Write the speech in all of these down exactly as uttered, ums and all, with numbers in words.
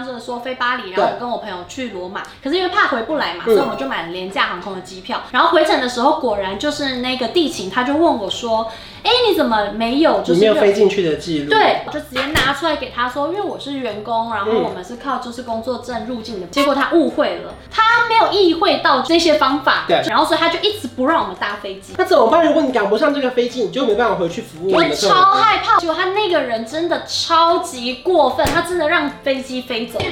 刚刚说飞巴黎，然后我跟我朋友去罗马，可是因为怕回不来嘛，所以我们就买了廉价航空的机票。然后回程的时候，果然就是那个地勤他就问我说：“哎，你怎么没有就是没有飞进去的记录？” 对，我就直接拿出来给他说，因为我是员工，然后我们是靠就是工作证入境的。结果他误会了，他没有意会到这些方法，对，然后所以他就一直不让我们搭飞机。 那怎么办？如果你赶不上这个飞机，你就没办法回去服务你的客人。 我超害怕，结果他那个人真的超级过分，他真的让飞机飞走。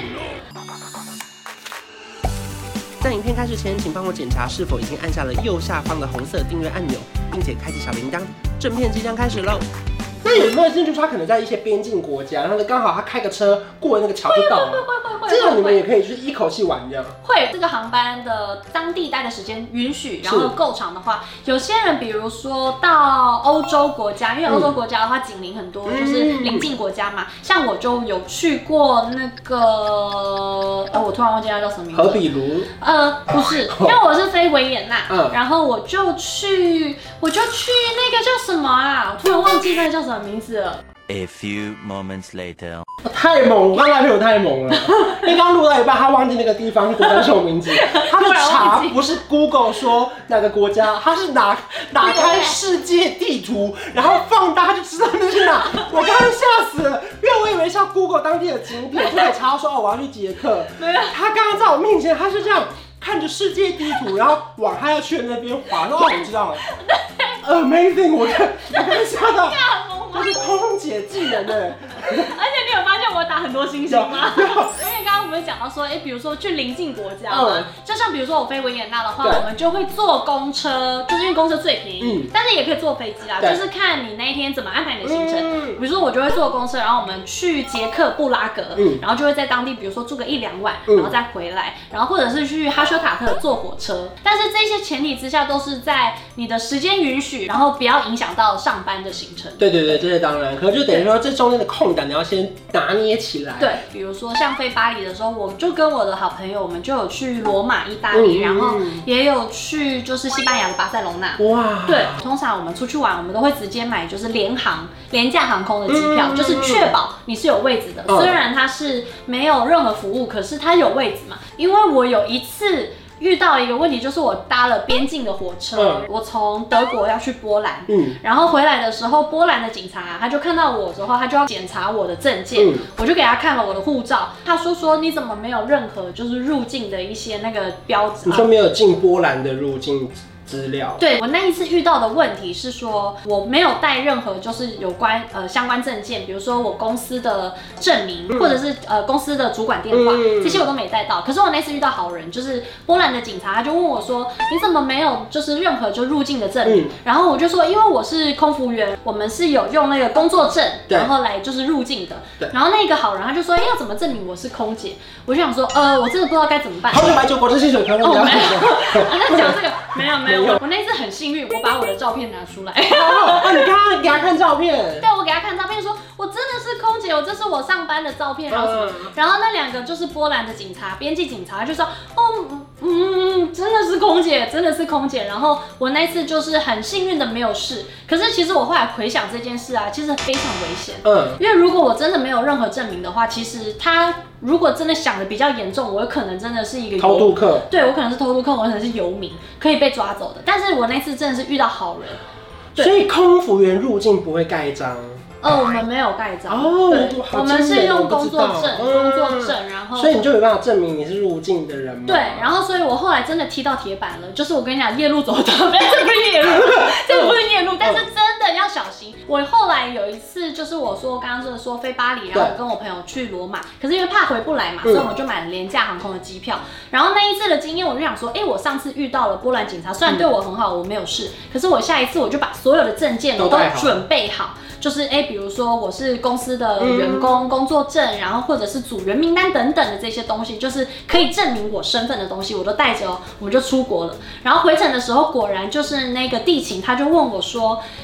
在影片开始前，请帮我检查是否已经按下了右下方的红色订阅按钮，并且开启小铃铛。正片即将开始喽！那有没有兴趣说他可能在一些边境国家，然后刚好他开个车过了那个桥就到了？ 会会会会会。 这样你们也可以就是一口气玩这样。 会，这个航班的当地待的时间允许，然后够长的话，有些人比如说到欧洲国家，因为欧洲国家的话紧邻很多，嗯、就是邻近国家嘛。像我就有去过那个，呃，我突然忘记它叫什么名字。 荷比卢？ 呃，不是，因为我是飞维也纳，嗯、然后我就去，我就去那个叫什么啊？我突然忘记那个叫什么名字了。 A few moments later， 太猛！我刚才朋友太猛了，因为刚录到一半，他忘记那个地方国家什么名字，他的查不是 Google 说哪个国家，他是打打开世界地图，然后放大，他就知道那是哪。我刚刚吓死了，因为我以为是要 Google 当地的景点，就可以查到说哦我要去捷克。没有，他刚刚在我面前，他是这样看着世界地图，然后往他要去的那边滑，说哦我知道了。Amazing！ 我看我刚刚吓到。这是空姐技能的， 而且你有发现我打很多星星吗？因为刚刚我们讲到说，哎、欸，比如说去邻近国家嘛，嗯、就像比如说我飞维也纳的话，我们就会坐公车，就是因为公车最便宜，嗯、但是也可以坐飞机啦，就是看你那一天怎么安排你的行程。嗯、比如说我就会坐公车，然后我们去捷克布拉格，嗯、然后就会在当地比如说住个一两晚，然后再回来，然后或者是去哈修塔特坐火车。但是这些前提之下都是在你的时间允许，然后不要影响到上班的行程。 对对对。这是当然，可是就等于说这中间的空档你要先拿捏起来。 对，比如说像飞巴黎的时候，我就跟我的好朋友，我们就有去罗马、意大利，嗯、然后也有去就是西班牙的巴塞隆纳。哇！对，通常我们出去玩，我们都会直接买就是联航、廉价航空的机票，嗯、就是确保你是有位置的。嗯、虽然它是没有任何服务，可是它有位置嘛。因为我有一次遇到一个问题，就是我搭了边境的火车，嗯、我从德国要去波兰，嗯、然后回来的时候，波兰的警察、啊、他就看到我之后，他就要检查我的证件，嗯、我就给他看了我的护照，他说说你怎么没有任何就是入境的一些那个标志？ 你说没有进波兰的入境资料？ 对，我那一次遇到的问题是说，我没有带任何就是有关呃相关证件，比如说我公司的证明，嗯、或者是呃公司的主管电话，嗯、这些我都没带到。可是我那次遇到好人，就是波兰的警察，他就问我说，你怎么没有就是任何就入境的证明？嗯、然后我就说，因为我是空服员，我们是有用那个工作证，然后来就是入境的。然后那个好人他就说，哎，要怎么证明我是空姐？我就想说，呃，我真的不知道该怎么办。 好久白酒果汁汽水可能。 哦，没有，我在讲这个，没有没有。我那次很幸运，我把我的照片拿出来。 啊，你刚刚给他看照片？ 对，我给他看照片，说我真的是空姐，我这是我上班的照片，然后什么。嗯、然后那两个就是波兰的警察，边境警察就说，哦，嗯，真的是空姐，真的是空姐。然后我那次就是很幸运的没有事。可是其实我后来回想这件事啊，其实非常危险。嗯，因为如果我真的没有任何证明的话，其实他如果真的想的比较严重，我有可能真的是一个偷渡客。对， 我可能是偷渡客，我可能是游民，可以被抓走的。但是我那次真的是遇到好人。 所以空服员入境不会盖章。 呃，我们没有盖章哦，我们是用工作证，工作证，然后所以你就没办法证明你是入境的人嘛。 对，然后所以我后来真的踢到铁板了，就是我跟你讲，夜路走到，这不是夜路，这不是夜路，但是真的要小心。我后来有一次，就是我说刚刚就是说飞巴黎，然后我跟我朋友去罗马，可是因为怕回不来嘛，所以我们就买了廉价航空的机票。然后那一次的经验，我就想说，哎，我上次遇到了波兰警察，虽然对我很好，我没有事，可是我下一次我就把所有的证件都准备好。就是哎，比如说我是公司的员工、嗯、工作证，然后或者是组员名单等等的这些东西，就是可以证明我身份的东西，我都带着哦，我们就出国了。然后回程的时候，果然就是那个地勤他就问我说，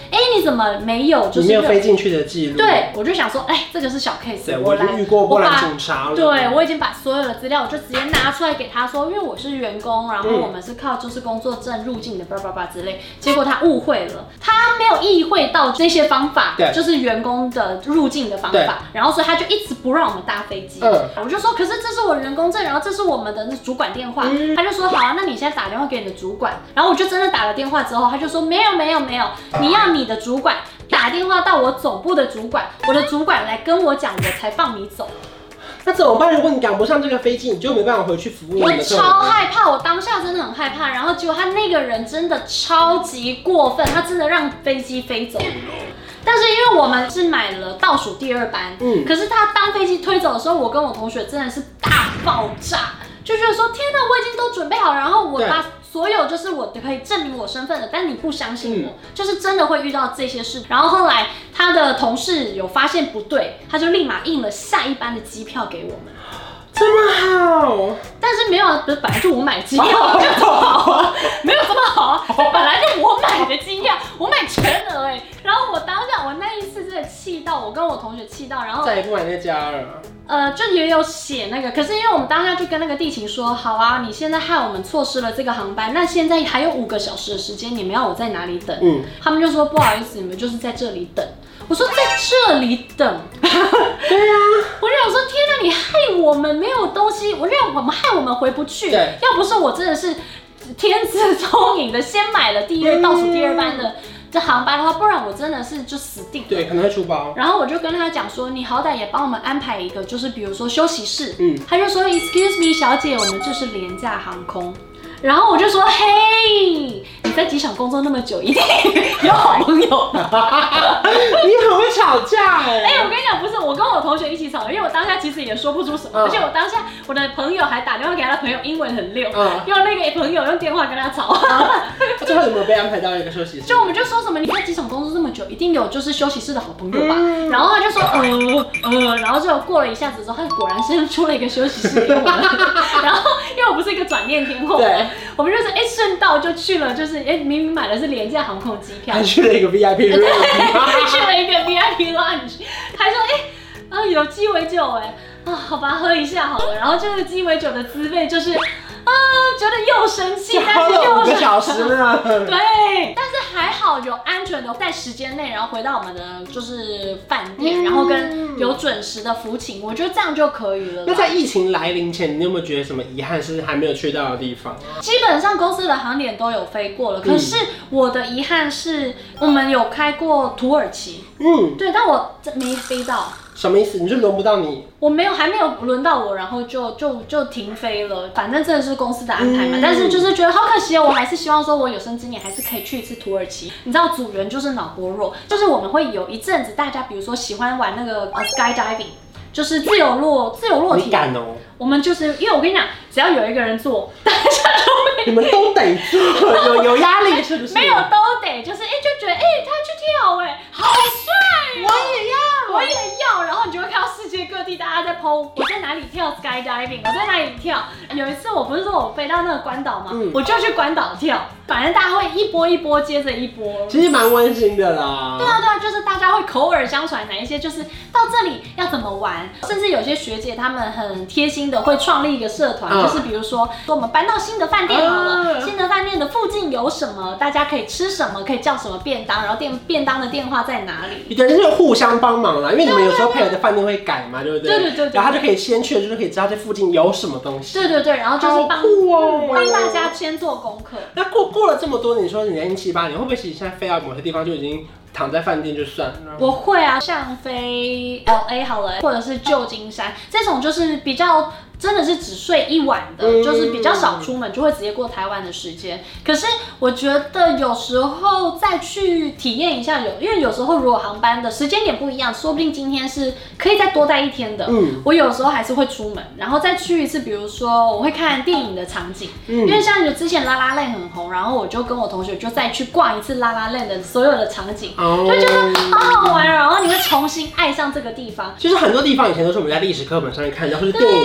哎、欸，你怎么没有就是你没有飞进去的记录？ 对，我就想说，哎、欸，这个是小 case， 对，我已经遇过波兰警察了。 对，我已经把所有的资料，我就直接拿出来给他说，因为我是员工，然后我们是靠就是工作证入境的，叭叭叭之类。结果他误会了，他没有意会到这些方法，就是员工的入境的方法，然后所以他就一直不让我们搭飞机。嗯，我就说，可是这是我员工证，然后这是我们的主管电话，嗯、他就说好啊，那你现在打电话给你的主管。然后我就真的打了电话之后，他就说没有没有没有，你要你的主管打电话到我总部的主管，我的主管来跟我讲，我才放你走。 那怎么办？如果你赶不上这个飞机，你就没办法回去服务。 我超害怕，我当下真的很害怕。然后结果他那个人真的超级过分，他真的让飞机飞走。但是因为我们是买了倒数第二班，嗯，可是他当飞机推走的时候，我跟我同学真的是大爆炸，就觉得说天哪，我已经都准备好，然后我把所有就是我可以证明我身份的，但你不相信我，嗯、就是真的会遇到这些事。然后后来他的同事有发现不对，他就立马印了下一班的机票给我们。 这么好， 但是没有，不是本来就我买机票，就这么好啊，没有这么好啊，本来就我买的机票，我买全额哎。然后我当下我那一次真的气到，我跟我同学气到，然后再也不买那家了。 呃，就也有写那个，可是因为我们当下就跟那个地勤说，好啊，你现在害我们错失了这个航班，那现在还有五个小时的时间，你们要我在哪里等？嗯，他们就说不好意思，你们就是在这里等。我说在这里等，对啊， 我就想说天哪，你害我们没有东西，我让我们害我们回不去。 对， 要不是我真的是天资聪颖的，先买了第一倒数第二班的。这航班的话，不然我真的是就死定了。 对，可能会出包。 然后我就跟他讲说，你好歹也帮我们安排一个，就是比如说休息室。嗯，他就说 ，Excuse me， 小姐，我们这是廉价航空。然后我就说，嘿，你在机场工作那么久，一定有好朋友。 你很会吵架哎！ 哎，我跟你讲，不是我跟我同学一起吵，因为我当下其实也说不出什么，嗯、而且我当下我的朋友还打电话给他的朋友，英文很溜，嗯、用那个朋友用电话跟他吵。 最后有没有被安排到一个休息室？ 就我们就说什么，你在机场工作这么久，一定有就是休息室的好朋友吧？嗯、然后他就说，呃呃，然后就过了一下子之后，他果然是出了一个休息室给我们。然后因为我不是一个转念天后。对。我们就是哎顺道就去了，就是哎明明买的是廉价航空机票， 还去了一个 V I P， 对，去了一个 V I P lunch， 还说哎啊有鸡尾酒哎啊好吧喝一下好了，然后这个鸡尾酒的滋味就是啊觉得又生气，但是又五个小时呢， 对，但是还好有安全的在时间内，然后回到我们的就是饭店，嗯、然后跟有准时的服勤，我觉得这样就可以了。 那在疫情来临前，你有没有觉得什么遗憾是还没有去到的地方？ 基本上公司的航点都有飞过了，可是我的遗憾是我们有开过土耳其，嗯，对，但我没飞到。 什么意思？你就轮不到你？ 我没有，还没有轮到我，然后就就就停飞了。反正真的是公司的安排嘛。嗯、但是就是觉得好可惜哦，我还是希望说，我有生之年还是可以去一次土耳其。你知道，组员就是脑波弱，就是我们会有一阵子，大家比如说喜欢玩那个呃 skydiving， 就是自由落自由落体。 你敢哦？ 我们就是因为我跟你讲，只要有一个人做，大家就会。 你们都得做，有有压力是不是？ 没有都得，就是哎、欸、就觉得哎、欸、他去跳哎、欸，好帅、喔， 我也要， 我也要，然后你就会看到世界各地大家在 po 我在哪里跳 skydiving， 我在哪里跳。有一次我不是说我飞到那个关岛吗？嗯、我就去关岛跳，反正大家会一波一波接着一波， 其实蛮温馨的啦。 对啊对啊，就是大家会口耳相传哪一些就是到这里要怎么玩，甚至有些学姐她们很贴心的会创立一个社团，嗯、就是比如说我们搬到新的饭店好了，嗯、新的饭店的附近有什么，大家可以吃什么，可以叫什么便当，然后店便当的电话在哪里？ 对，就是互相帮忙啦，因为你们有时候配合的饭店会改嘛，对不对？ 对对 对, 對。 然后他就可以先去了，就是可以知道这附近有什么东西。 对对对，然后就是帮哦，帮大家先做功课。 那过过了这么多年，你说你年轻七八年，会不会其实现在飞到某些地方就已经躺在饭店就算了？ 我会啊，像飞 L A 好了，或者是旧金山这种，就是比较。真的是只睡一晚的，嗯、就是比较少出门，就会直接过台湾的时间。可是我觉得有时候再去体验一下有，因为有时候如果航班的时间点不一样，说不定今天是可以再多待一天的。嗯，我有时候还是会出门，然后再去一次，比如说我会看电影的场景，嗯、因为像有之前拉拉链很红，然后我就跟我同学就再去逛一次拉拉链的所有的场景，哦、就觉得好好玩，然后你会重新爱上这个地方。 其实很多地方以前都是我们在历史课本上面看到，或是电影里面看到。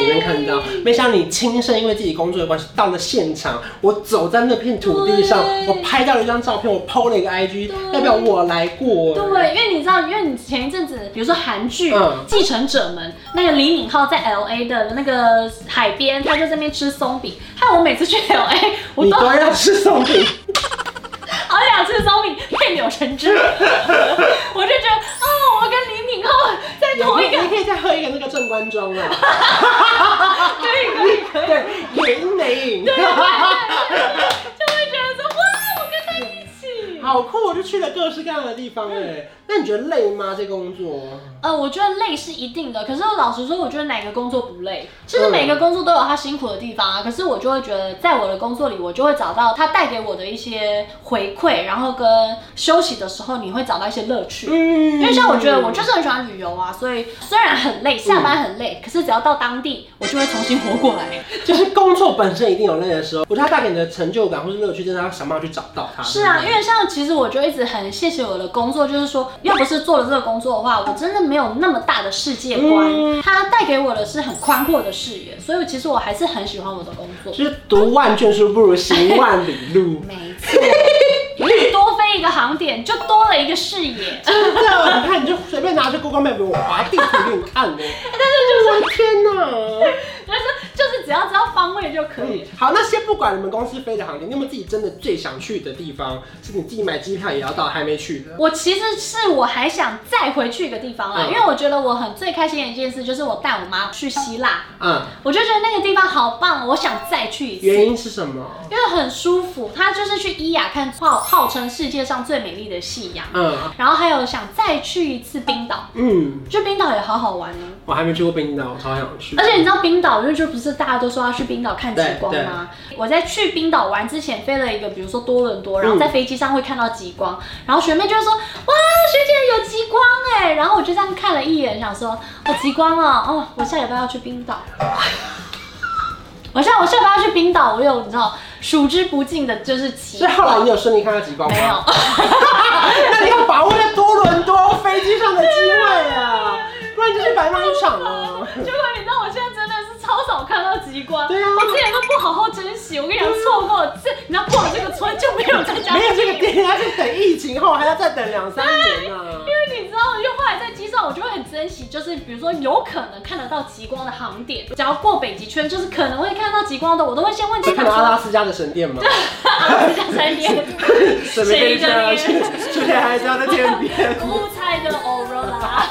看到，没想到你亲身因为自己工作的关系到了现场，我走在那片土地上，我拍到了一张照片，我 po 了一个 I G， 代表我来过。 对，因为你知道，因为你前一阵子，比如说韩剧《继承者们》，那个李敏镐在 L A 的那个海边，他就在那边吃松饼，害我每次去 L A， 我都你都要吃松饼。 好想吃松饼配柳橙汁，我就觉得哦，我跟李敏镐在同一个， 你可以再喝一个那个正官庄啊。 可以可以可以， 对，赢没赢？ 对对对，就会觉得说哇，我跟他一起， 好酷！我就去了各式各样的地方哎。那你觉得累吗？这工作？ 呃，我觉得累是一定的，可是老实说，我觉得哪个工作不累？其实每个工作都有它辛苦的地方啊。可是我就会觉得，在我的工作里，我就会找到它带给我的一些回馈，然后跟休息的时候，你会找到一些乐趣。嗯，因为像我觉得我就是很喜欢旅游啊，所以虽然很累，下班很累，嗯、可是只要到当地，我就会重新活过来。 就是工作本身一定有累的时候，我觉得它带给你的成就感或是乐趣，真的要想办法去找到它。 是啊，因为像其实我就一直很谢谢我的工作，就是说，要不是做了这个工作的话，我真的没有那么大的世界观。嗯、它带给我的是很宽阔的视野，所以其实我还是很喜欢我的工作。 就是读万卷书不如行万里路。 没错。多飞一个航点，就多了一个视野。 真的，你看，你就随便拿着 Google Map 我滑地图给你看的。 但是就是天哪， 就是就是只要知道方位就可以。 嗯、好，那先不管你们公司飞的航点，你有没有自己真的最想去的地方？是你自己买机票也要到还没去的？ 我其实是我还想再回去一个地方啦，嗯、因为我觉得我很最开心的一件事就是我带我妈去希腊。嗯，我就觉得那个地方好棒，我想再去一次。 原因是什么？ 因为很舒服，它就是去伊雅看号号称世界上最美丽的夕阳。嗯，然后还有想再去一次冰岛。嗯，就冰岛也好好玩呢。 我还没去过冰岛，我超想去。 而且你知道冰岛就就不是大家都说要去冰岛看极光吗？我在去冰岛玩之前飞了一个，比如说多伦多，然后在飞机上会看到极光，然后学妹就会说哇，学姐有极光哎，然后我就这样看了一眼，想说哦极光啊，哦我下礼拜要去冰岛。我下我下礼拜要去冰岛，我有你知道数之不尽的就是极光。 所以后来你有顺利看到极光吗？ 没有。 那你要把握在多伦多飞机上的机会啊，不然就是白忙一场了。 结果你知道我现在真的是超少看到极光， 对啊， 我之前都不好好珍惜。我跟你讲，错过这你知道过了这个村就没有再加。 没有这个店，要是等疫情后还要再等两三年呢、啊。 因为你知道，因为后来在机上我就会很珍惜，就是比如说有可能看得到极光的航点，只要过北极圈，就是可能会看到极光的，我都会先问机长说。 看到阿拉斯加的神殿吗？ 阿拉斯加神殿， 谁的天？出现还是要在天边。 五彩的 Aurora。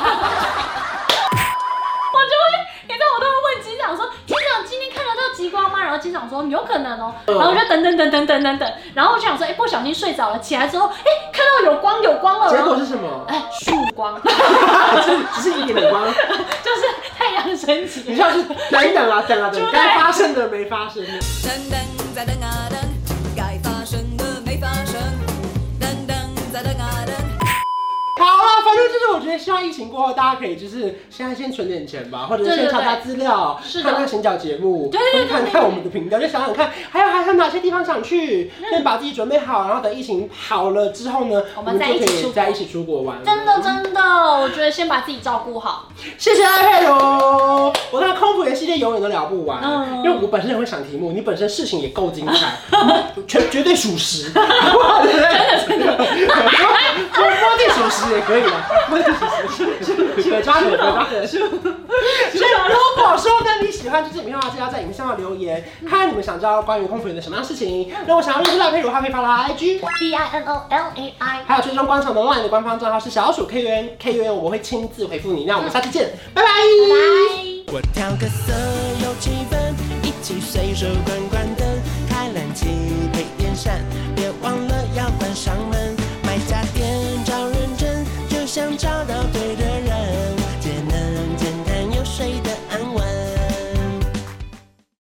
我就会，你知道，我都会问机长说，机长今天看得到极光吗？然后机长说有可能哦、喔，然后我就等等等等等等等，然后我就想说，哎、欸，不小心睡着了，起来之后，哎、欸，看到有光有光了， 结果是什么？ 哎、欸，曙光， 只只是一点点光， 就是太阳升起。 你像是等一等啊，等啊等，该发生的没发生。等等再等啊等，该发生的没发生，等等再等啊等。好了，反正就是我觉得希望疫情过后，大家可以就是现在先存点钱吧，或者先查查资料，看看行脚节目， 对对对， 看看我们的频道，就想想看，还有还有哪些地方想去，先把自己准备好，然后等疫情好了之后呢， 我们就可以再一起出国玩。 真的真的，我觉得先把自己照顾好。 谢谢艾佩罗，我看空服员系列永远都聊不完，嗯、因为我本身也会想题目，你本身事情也够精彩，绝绝对属实，对不对？真的真的，我摸地属实。也可以了，可抓可抓可。所以如果说呢你喜欢这支影片的话，记得要在影片上留言，看看你们想知道关于空服员的什么样的事情。如果想要认识赖佩如，他可以发到 I G B I N O L A I， 还有追踪官场的 LINE 的官方账号是小老鼠 K U N K U N， 我们会亲自回复你。那我们下次见，拜拜。 拜拜。 我调个色有气氛，一起随手关。